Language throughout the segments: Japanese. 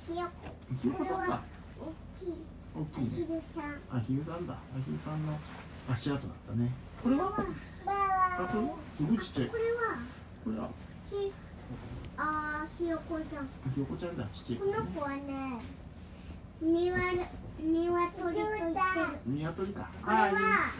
ひよこさんだ。 大きい大きいね。 アヒルさん。 アヒルさんだ。アヒルさんの足跡だったね。これは？あ、これはすごいちっちゃい。 これはこれはひよこちゃん。 ひよこちゃんだ。ちっちゃい。 この子はね、ニワトリと言ってる。 ニワトリか。 これは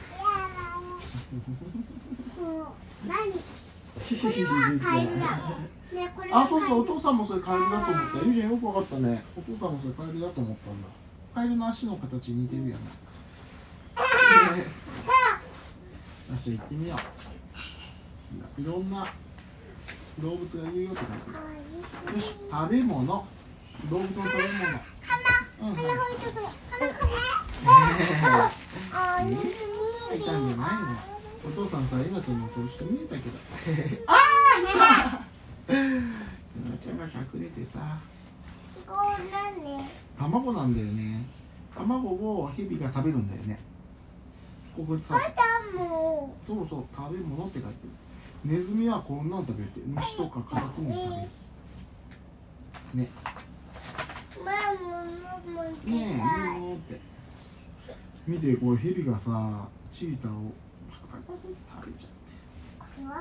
何？これはカエルだ。ね、これはあ、そうそう、お父さんもそれカエルだと思った。ゆうちゃんよくわかったね。お父さんもそれカエルだと思ったんだ。カエルの足の形に似てるよね。よし、行ってみよう。いろんな動物がいるよって書いてある。よし、食べ物。動物の食べ物。 鼻ほいとく。 いたんじゃないの。お父さんさ、えなちゃんの顔して見えたけど。えなちゃんが隠れてさ。 これ何？ 卵なんだよね。卵をヘビが食べるんだよね。ここさ。そうそう、食べ物って書いてる。ネズミはこんなの食べるって、虫とかカタツムリ食べる。ね。ねえ、もうって。見て、これヘビがさ、チーターをパクパクパクって食べちゃって。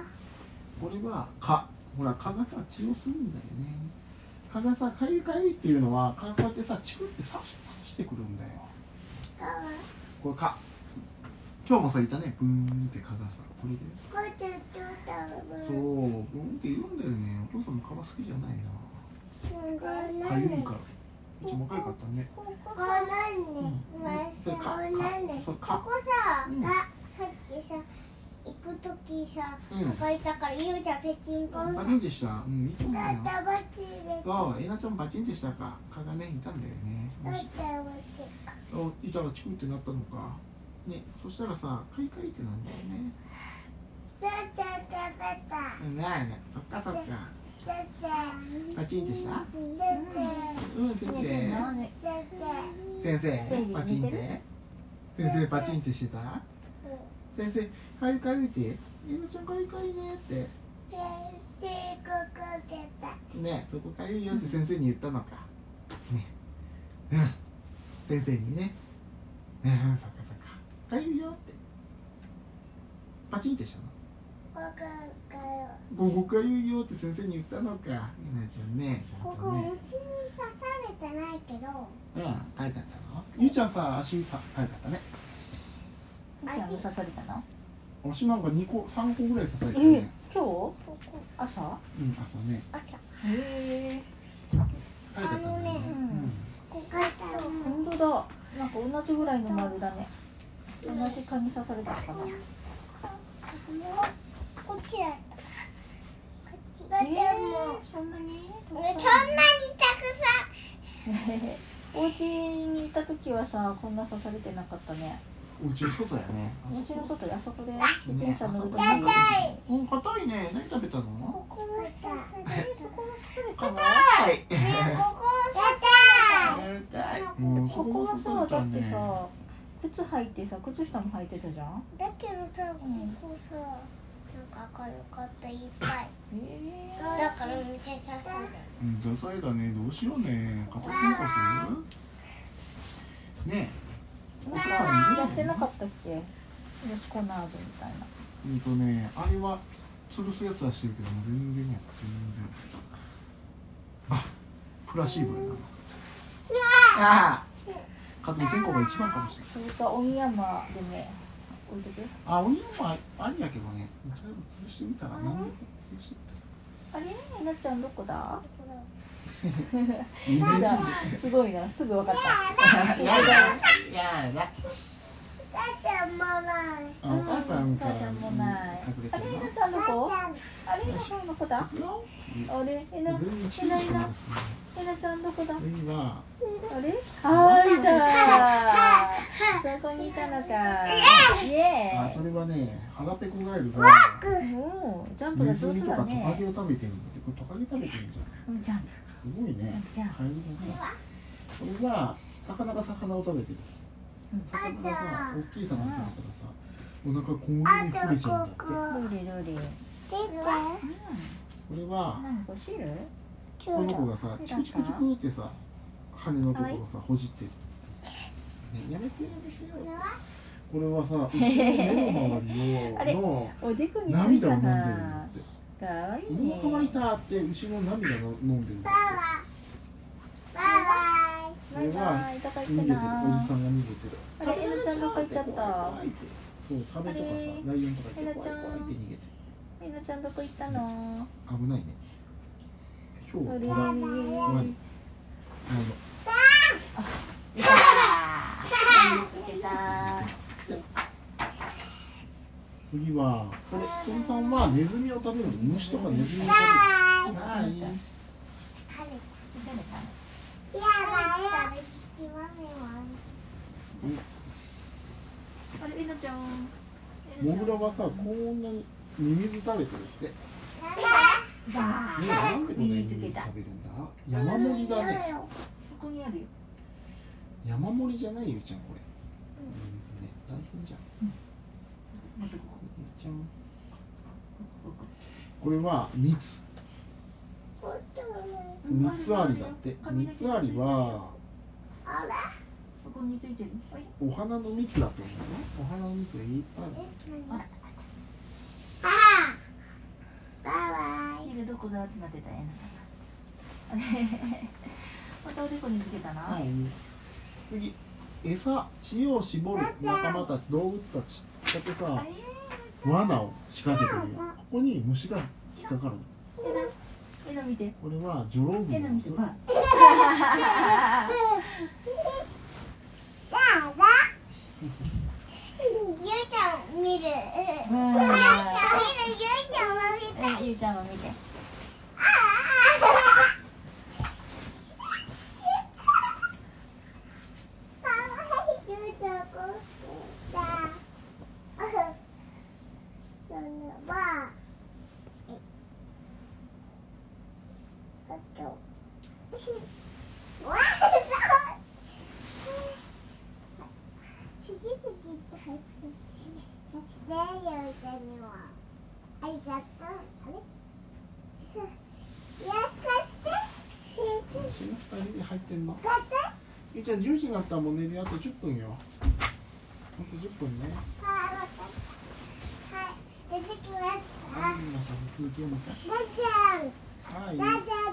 これは蚊。ほら、蚊がさ、血を吸うんだよね。蚊がさ、かゆいかゆいっていうのは、蚊がこうやってさ、チクって刺してくるんだよ。これ蚊。今日もさ、いたね、ブーンって蚊がさ、これで。そう、ブーンっているんだよね。お父さんも蚊は好きじゃないな。かゆいから。うちもかゆかったね。 ここさ、さっきさ、行くときさ、蚊がいたから、ゆうちゃんペチンコン。 バチンってした。うん、いいと思うよ。 バチン。 そう、えなちゃんバチンってしたか。蚊がね、いたんだよね。いたらチクってなったのか。ね、そしたらさ、かゆかゆってなんだよね。そっかそっか。パチンってした？うん、先生、パチンって。先生、パチンってしてた？先生、かゆかゆって。えなちゃんかゆかゆねって。ね、そこかゆいよって先生に言ったのか。ね。うん。先生にね。そっかそっか。かゆいよって。パチンってしたの？ここかゆいよって先生に言ったのか。えなちゃんね。 ここ虫に刺されてないけど。 うん、かゆかったの？ゆうちゃんさ、足さ、かゆかったね。 ゆうちゃん刺されたの？ 足なんか2個、3個ぐらい刺されてね。 今日？朝？ うん、朝ね。 へえ。 かゆかったね。 ここから本当だ。なんか同じぐらいの丸だね。同じ蚊に刺されたのかな。 こっちだった。こっちだってもそんなに？ そんなにたくさん。 お家にいた時はさ、こんな刺されてなかったね。 うちの外やね。 お家の外であそこで自転車乗るとき。 うん、硬いね。何食べたの？ ここも刺されそこも刺されたの？ 硬い。 ねここも刺された。 ここはさ、だってさ、靴履いてさ、靴下も履いてたじゃん。 だけどさ、ここさ、なんかかゆかったいっぱい。だからめっちゃ刺さる。 うん、刺されたね。どうしようね。硬すぎかする？ねえ。 やってなかったっけ？よしコナードみたいな。 あれは吊るすやつはしてるけども全然や全然。あ、プラシーボやな。ああ。加藤線香が一番かもしれない。 それか鬼山でも置いてく？ あ、鬼山ありやけどね。とりあえず吊るしてみたら、なんで吊るしてみたら。 あれ、えなちゃんどこだ？ じゃあ、すごいな、すぐ分かった。 やだ。 お母ちゃんもない。 お母さんからお母ちゃんもない。あれ、えなちゃんどこ？あれ、えなちゃんどこだ？あれ、えなちゃんどこだ？あれ？あいた。そこにいたのか。イエーイ。 あ、それはね、腹ペコガエルがジャンプが上手だネズミとかトカね。 ゲを食べてるんだって。これトカゲ食べてるんじゃん。 ジャンプ。 すごいね。 じゃあカエルだね。これが魚が魚を食べてる。魚がさ、大きい魚食べたらさ、お腹こんなに膨れちゃうんだって。 どれどれ。 これは何これ汁？ この子がさ、チクチクチクってさ、 羽のところさほじってる、ね、やめてやめてよ。これはさ後ろの目の周りのおでこに涙を飲んでるんだって。 かわいいね。喉乾いたって後ろの涙を飲んでるんだって。これは逃げてる、おじさんが逃げてる。 あれ、えなちゃんどこ行っちゃった？ そう、サメとかさ、ライオンとかって怖い怖いって逃げてる。 えなちゃんどこ行ったの？ 危ないね。今日はあれ何？ いたー。見つけた。 次はこれ、鳥さんはネズミを食べるの？虫とかネズミを食べる。はい。 あれ、えなちゃん。 モグラはさ、こんなにミミズ食べてるって。なんでこんなにミミズ食べるんだ？山盛りだね。 ここにあるよ。 山盛りじゃないよちゃんこれ。ミミズね、大変じゃん。これは蜜。蜜ありだって。蜜ありはお花の蜜だと思うね。お花の蜜がいっぱいある。 シールどこだってなってたやな。またおでこにつけたな。 はい。次、餌、知恵を絞る仲間たち、動物たち。こうやってさ、罠を仕掛けてるよ。ここに虫が引っかかるの。 えな見て。 これはジョロウグモの巣。 ゆうちゃん見る。ゆうちゃんも見て。 入ってんの。ゆうちゃん10時になったらもう寝るよ。あと10分よ。あと10分ね。 はい、出てきました。 はい、続きをまた。はい。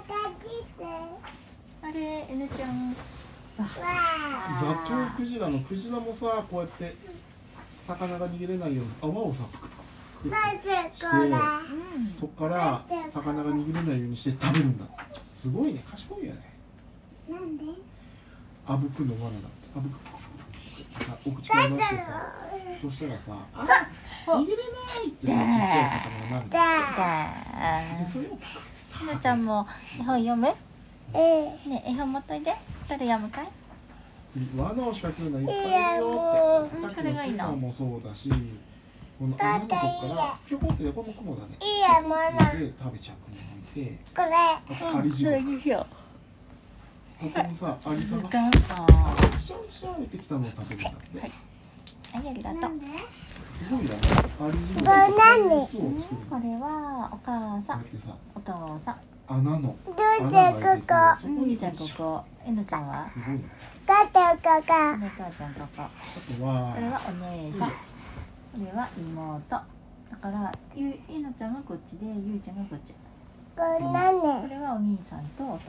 あれ、えなちゃん。 ザトウクジラのクジラもさ、こうやって魚が逃げれないように泡をさプクプクしてそこから魚が逃げれないようにして食べるんだ。すごいね、賢いよね。 なんで？ あぶくの罠だって。あぶくさ、お口から出してさ、そしたらさ、あ、逃げれないってちっちゃい魚がなる。で、それをえなちゃんも絵本読む？ね、絵本持っといて。誰読むかい？ 次、罠を仕掛けるのいっぱいいるよって。さっきの雲もそうだし、この穴のとこからピョコってこの雲だね。で食べちゃう雲もいて、 これ。 あとアリジゴク。ここにさ、アリさんがシャンシャンってきたのを食べるんだって。 はい、ありがとう。 すごいだね。アリジゴクの巣を作る。 これはお母さん、お父さん。 穴の。 どうしてここ？ ゆうちゃんここ。えなちゃんは？ すごいね。 母ちゃんここ。 母ちゃんここ。 あとは。 これはお姉さん。これは妹。だからえなちゃんがこっちで、ゆうちゃんがこっち。 これ何？ これはお兄さんと弟。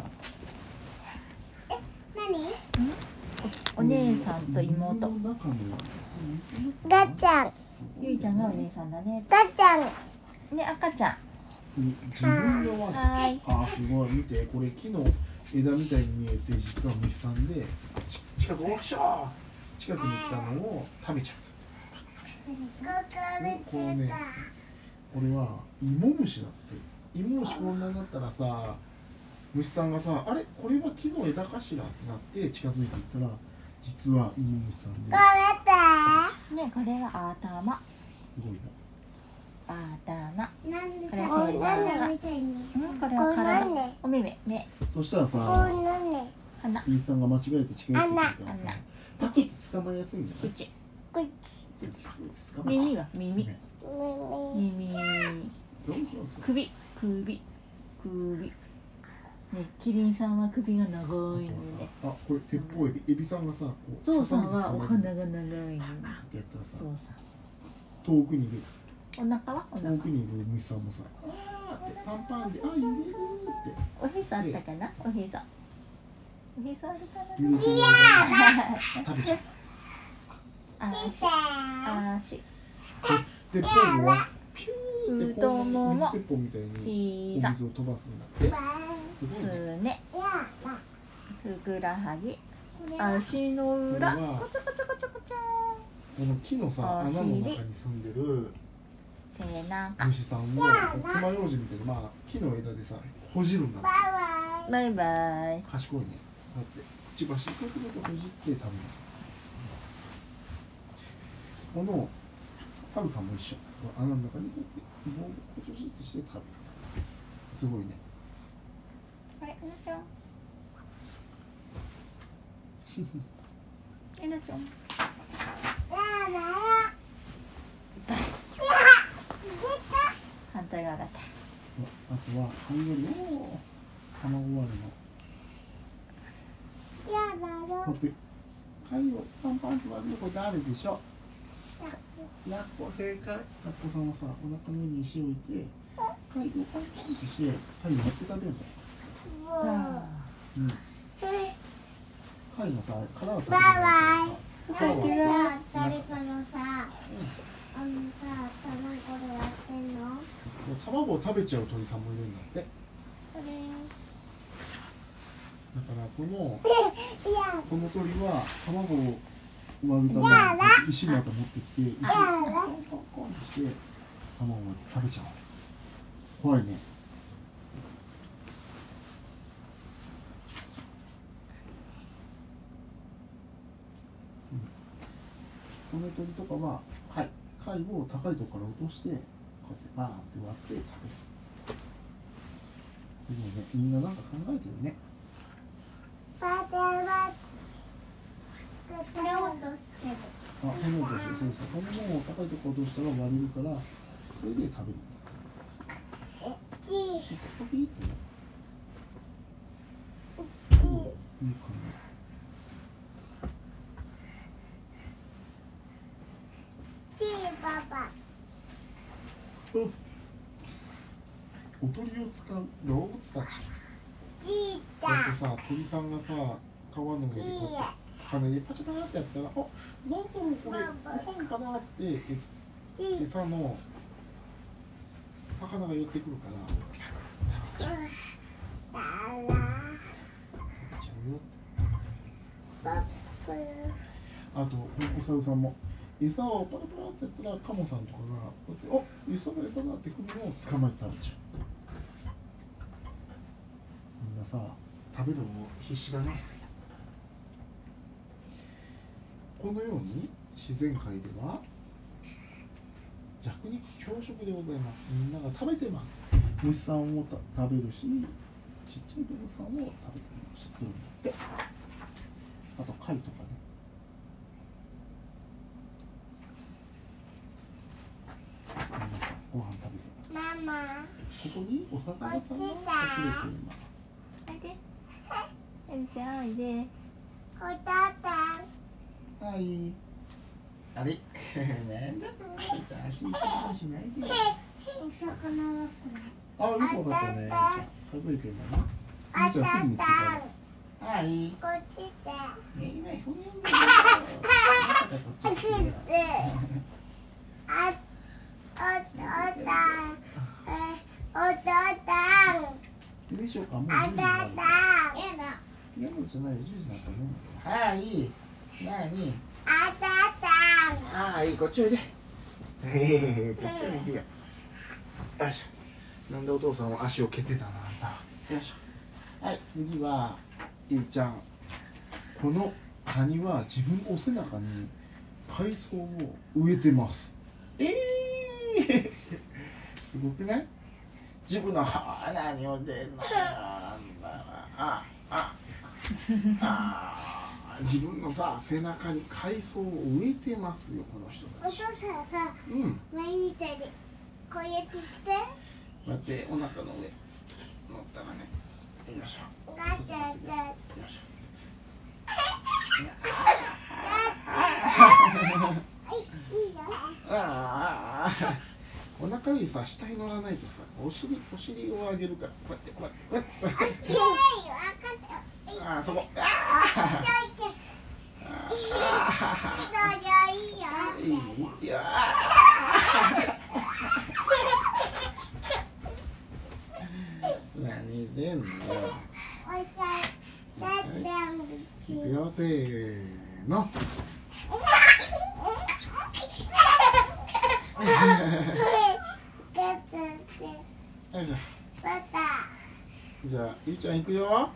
何？ お姉さんと妹。 ガチャン。 ゆいちゃんがお姉さんだね。 ガチャン。 ね、赤ちゃん。 次、自分の罠。あ、すごい、見て、これ木の枝みたいに見えて、実は虫さんで。近く、おっしゃー。近くに来たのを食べちゃった。これね、これは芋虫だって。芋虫こんなになったらさ。虫さんがさ、あれこれは木の枝かしらってなって近づいていったら、実は芋虫さんで。 ね、これは頭。 すごいな。頭。 なんでこれは背中。これは体。お目目。ね。 そしたらさ、 鼻。 虫さんが間違えて近寄ってくるからさ、パチッと捕まえやすいんじゃない？ 口。 耳は耳。耳。首。 ね、キリンさんは首が長いのね。 あ、これ鉄砲エビ、エビさんがさ、こうゾウさんはお鼻が長いのね。 ってやったらさ、 ゾウさん。 遠くにいる。 お腹は？お腹。 遠くにいる虫さんもさ、あーってパンパンで、あ、揺れるって。 おへそあったかな？おへそ。おへそあるかな？ 揺れてる。食べちゃう。 足。 鉄砲はピューって太もも。 水鉄砲みたいにお水を飛ばすんだって。すごいね。 ふくらはぎ。足の裏。こちょこちょこちょこちょ。 この木のさ、穴の中に住んでる虫さんを爪楊枝みたいに、まあ木の枝でさ、ほじるんだって。 バイバイ。 賢いね。だってくちばしこうやってほじって食べる。このサルさんも一緒。穴の中にこうやって棒をこちょこちょってして食べる。すごいね。 あれ、えなちゃん。えなちゃん。反対側だった。 あとはハングリーを卵割りの。こうやって貝をパンパンって割ることあるでしょ。ラッコ正解。ラッコさんはさ、お腹の上に石を置いて貝をパンパンってして貝を割って食べるんだよ。うん。貝のさ、殻は食べれないからさ。 誰かのさ、卵でやってんの？ 卵を食べちゃう鳥さんもいるんだって。だからこの鳥は卵を割るために石また持ってきて、石をコンコンコンってして卵を食べちゃう。怖いね。この鳥とかは貝を高いところから落として、こうやってバーンって割って食べる。すごいね、みんななんか考えてるね。 これを落としてる。 あ、骨を落としてる。そうそう。骨も高いところ落としたら割れるから、それで食べる。ピーってね。いいかな。おとりを使う動物たち。こうやってさ、鳥さんがさ、川の上でこうやって羽でパチパチってやったら、あ、なんだろうこれ、ご飯かなって餌の魚が寄ってくるから食べちゃうよって。あとお猿さんも餌をパラパラってやったらカモさんとかがこうやって「お、餌だ餌だ」ってくるのを捕まえて食べちゃう。みんなさ、食べるの必死だね。このように自然界では弱肉強食でございます。みんなが食べてます。虫さんを食べるし、ちっちゃい動物さんを食べてするんだって。あと貝とかね。ご飯食べてます。ママ。ここにお魚さんが隠れています。 おいで。えんちゃんおいで。 おたた。 はい。あれ。なんだ。足にしないで。 お魚はこれ。 あ、よくわかったね。隠れてんだね。 あじゃあすぐ見つけた。はい。 こっちで。 今ふにゃんだよ。 こっちで。 でしょうか、もう10時になる。嫌なじゃないよ、10時になったね。はい。なに。はい、こっちおいで。こっちおいでよ。よいしょ。なんでお父さんは足を蹴ってたな、あんた。よいしょ。はい、次はゆうちゃん。このカニは自分のお背中に海藻を植えてます。すごくない？自分の何を出んの？自分のさ、背中に海藻を植えてますよ、この人たち。 お父さんさ、前みたいにこうやってして。 待って、お腹の上乗ったらね、 よいしょ。 ガチャガチャ。 よいしょ。ああ、お腹よりさ、下に乗らないとさ、お尻を上げるから、こうやってこうやってこうやって。ああ、そこ。ああ。いや。何してんの。いくよ、せーの。よいしょ。じゃあ、ゆいちゃん行くよ。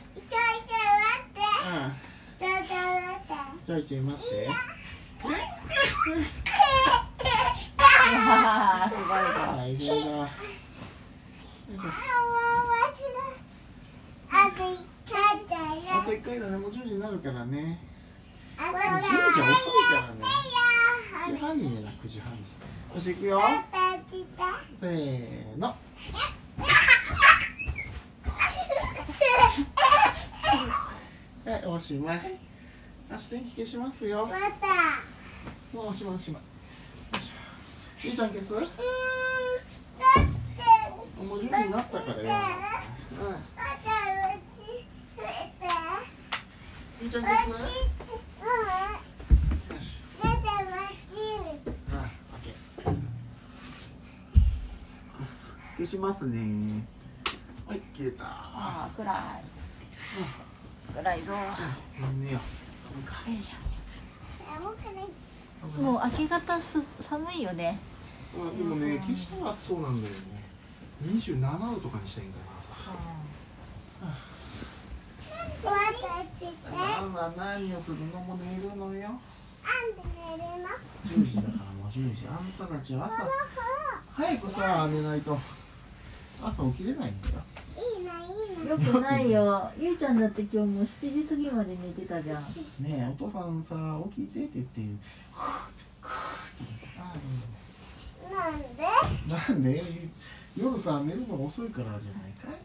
ちょいちょい待って。 すごいぞ。 大変だ。あと1回だね、もう10時になるからね。10時は遅いからね。9時半に寝な、9時半に。よし、行くよ。せーの。はい、おしまい。よし、電気消しますよ。もうおしまいおしまい。ゆいちゃん消す？もう10時になったからよ。ゆいちゃん消す？消しますね。はい、消えた。 ああ、暗い。暗いぞ。 寝よいいじゃん。もう明け方寒いよね。 でもね、消したら暑そうなんだよね。27度とかにしたいんだな。ママ何をするの？も寝るのよ。10時だからもう10時。あんたたちは朝早くさ寝ないと朝起きれないんだよ。 よくないよ。ゆいちゃんだって今日もう7時過ぎまで寝てたじゃん。 ねえ、お父さんさ起きてって言って言う。なんで？夜さ寝るのが遅いからじゃないかい？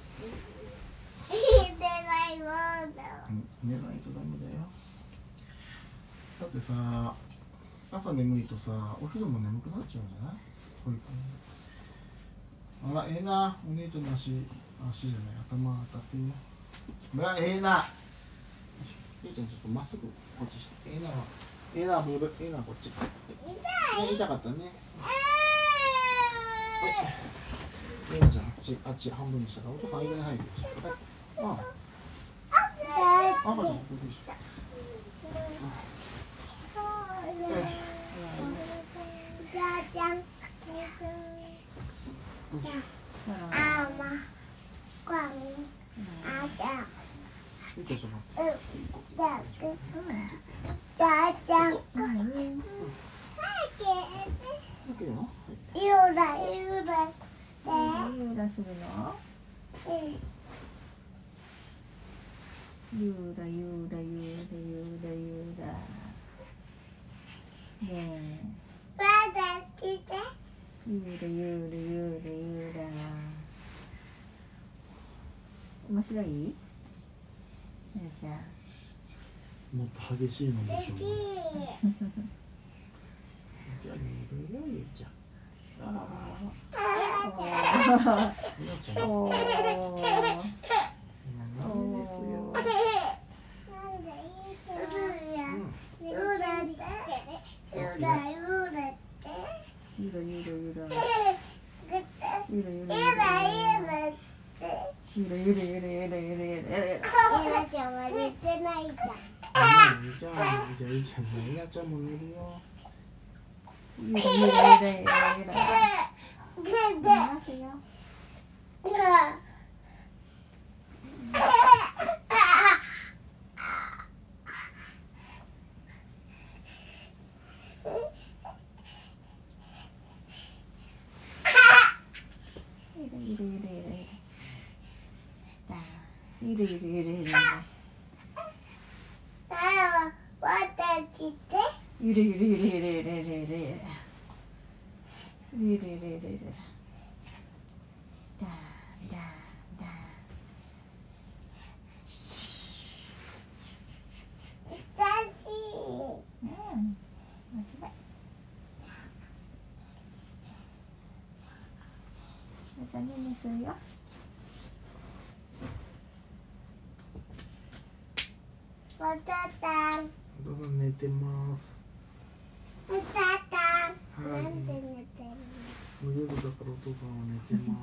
寝ないとダメだよ。だってさ、朝眠いとさ、お昼も眠くなっちゃうんじゃない？保育園。あら、ええな、お姉ちゃんの足じゃない、頭当たってるよ。ええな。ゆいちゃんちょっとまっすぐこっちして。ええな、ボール、ええな、こっち。痛かったね。ゆいちゃん、あっち半分にしたから、お父さん間に入るでしょ。ああ。赤ちゃん、ここでしょ。 するの？ゆらゆらゆらゆらゆら。ねえ。ゆらゆらゆらゆら。面白い？ねえちゃん。 もっと激しいのでしょう。じゃあ寝るよ、ゆいちゃん。ゆいちゃん。みんななんでですよ。ゆらゆらゆら。ゆらゆらゆら。ゆらゆらゆらゆらゆらゆら。 ゆらちゃんは寝てないじゃん。 じゃあゆいちゃん、ゆらちゃんも寝るよ。 ゆらゆらゆらゆらゆら。寝ますよ。ゆるゆるゆるゆる。ゆるゆるゆるゆるゆるゆるゆる。ゆるゆるゆるゆる。だだだ。 ちゃんねんねするよ。 お父さん。 お父さん寝てます。 お父さん。なんで寝てるの？夜だからお父さんは寝てます。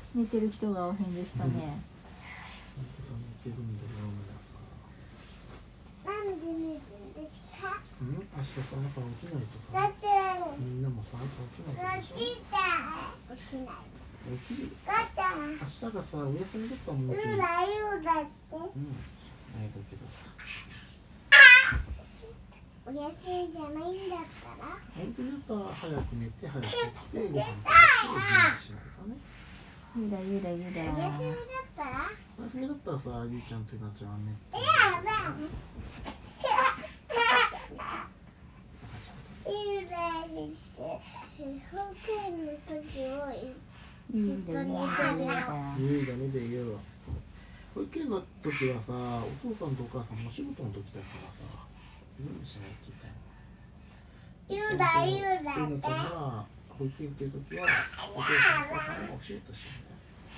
寝てる人がおへんでしたね。 お父さん寝てるんだよ皆さん。 なんで寝るんですか？ 明日さ朝起きないとさ。みんなもさ朝起きないとでしょ。 起きない。 起きる。 明日がさお休みだったもん。 ゆらゆらって。 あれだけどさ。 お休みじゃないんだったら。 本当にやっぱ早く寝て早く起きてご飯食べて準備しないとね。 ゆらゆらゆら。 お休みだったら。 お休みだったらさゆうちゃんとゆなちゃんはね。 ゆらに保育園の時もずっと寝てるよ。 ゆうだねでゆう。保育園の時はさお父さんとお母さんお仕事の時だからさ準備しないといけない。 ゆらゆらって。 ゆうなちゃんは保育園行ってる時はお父さんとお母さんがお仕事してるんだよ。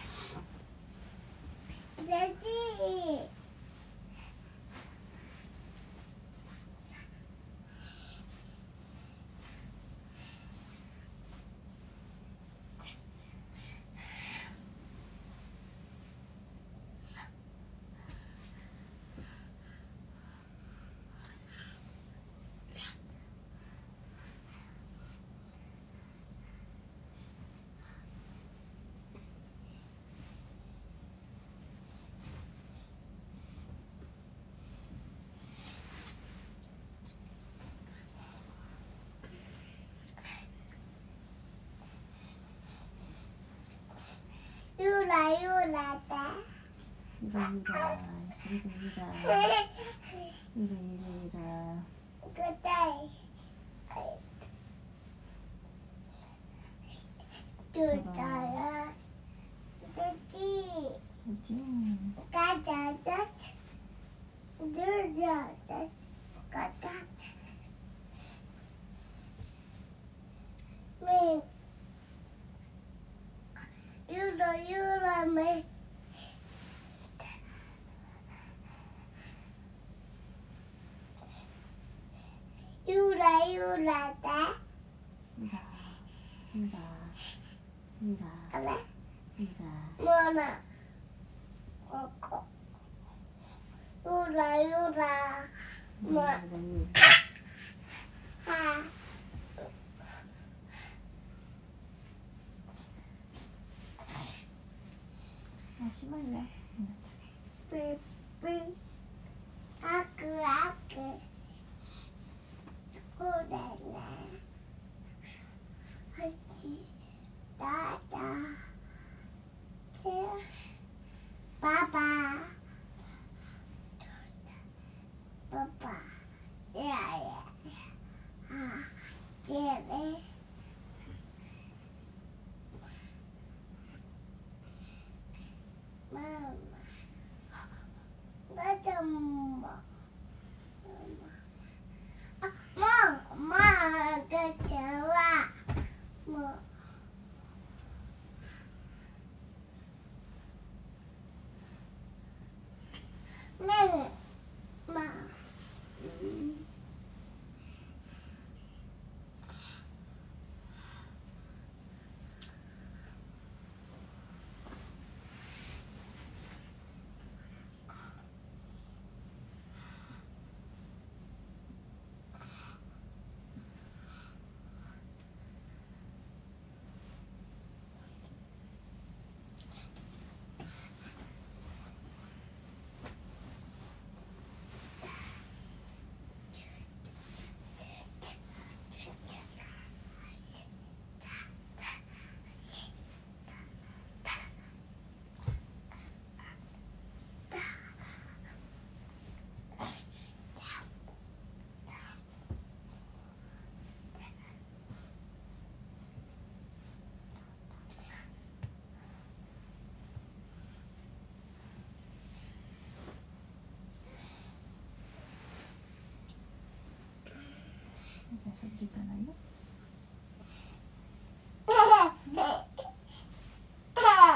ゆらゆらって。 ゆらゆらゆらゆらゆら。 くたい。ゆらら。どっち。ガチャガチャ。ゆらガチャガチャ。め。ゆらゆらめ。ゆらゆらで。 ゆらゆらゆら。 あれ。 ゆら。 もうな。ここ。ゆらゆら。もう。はあ。 おしまいね。 ピッピッ。あくあく。これね。星。だだ。パパ。パパ。いやいや。あ。ジェリー。ママ。だっても。赤ちゃんはもうじゃあそれでいかないよ。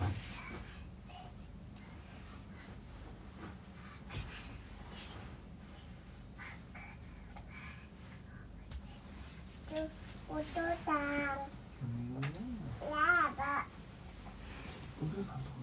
お父さん。 お父さんと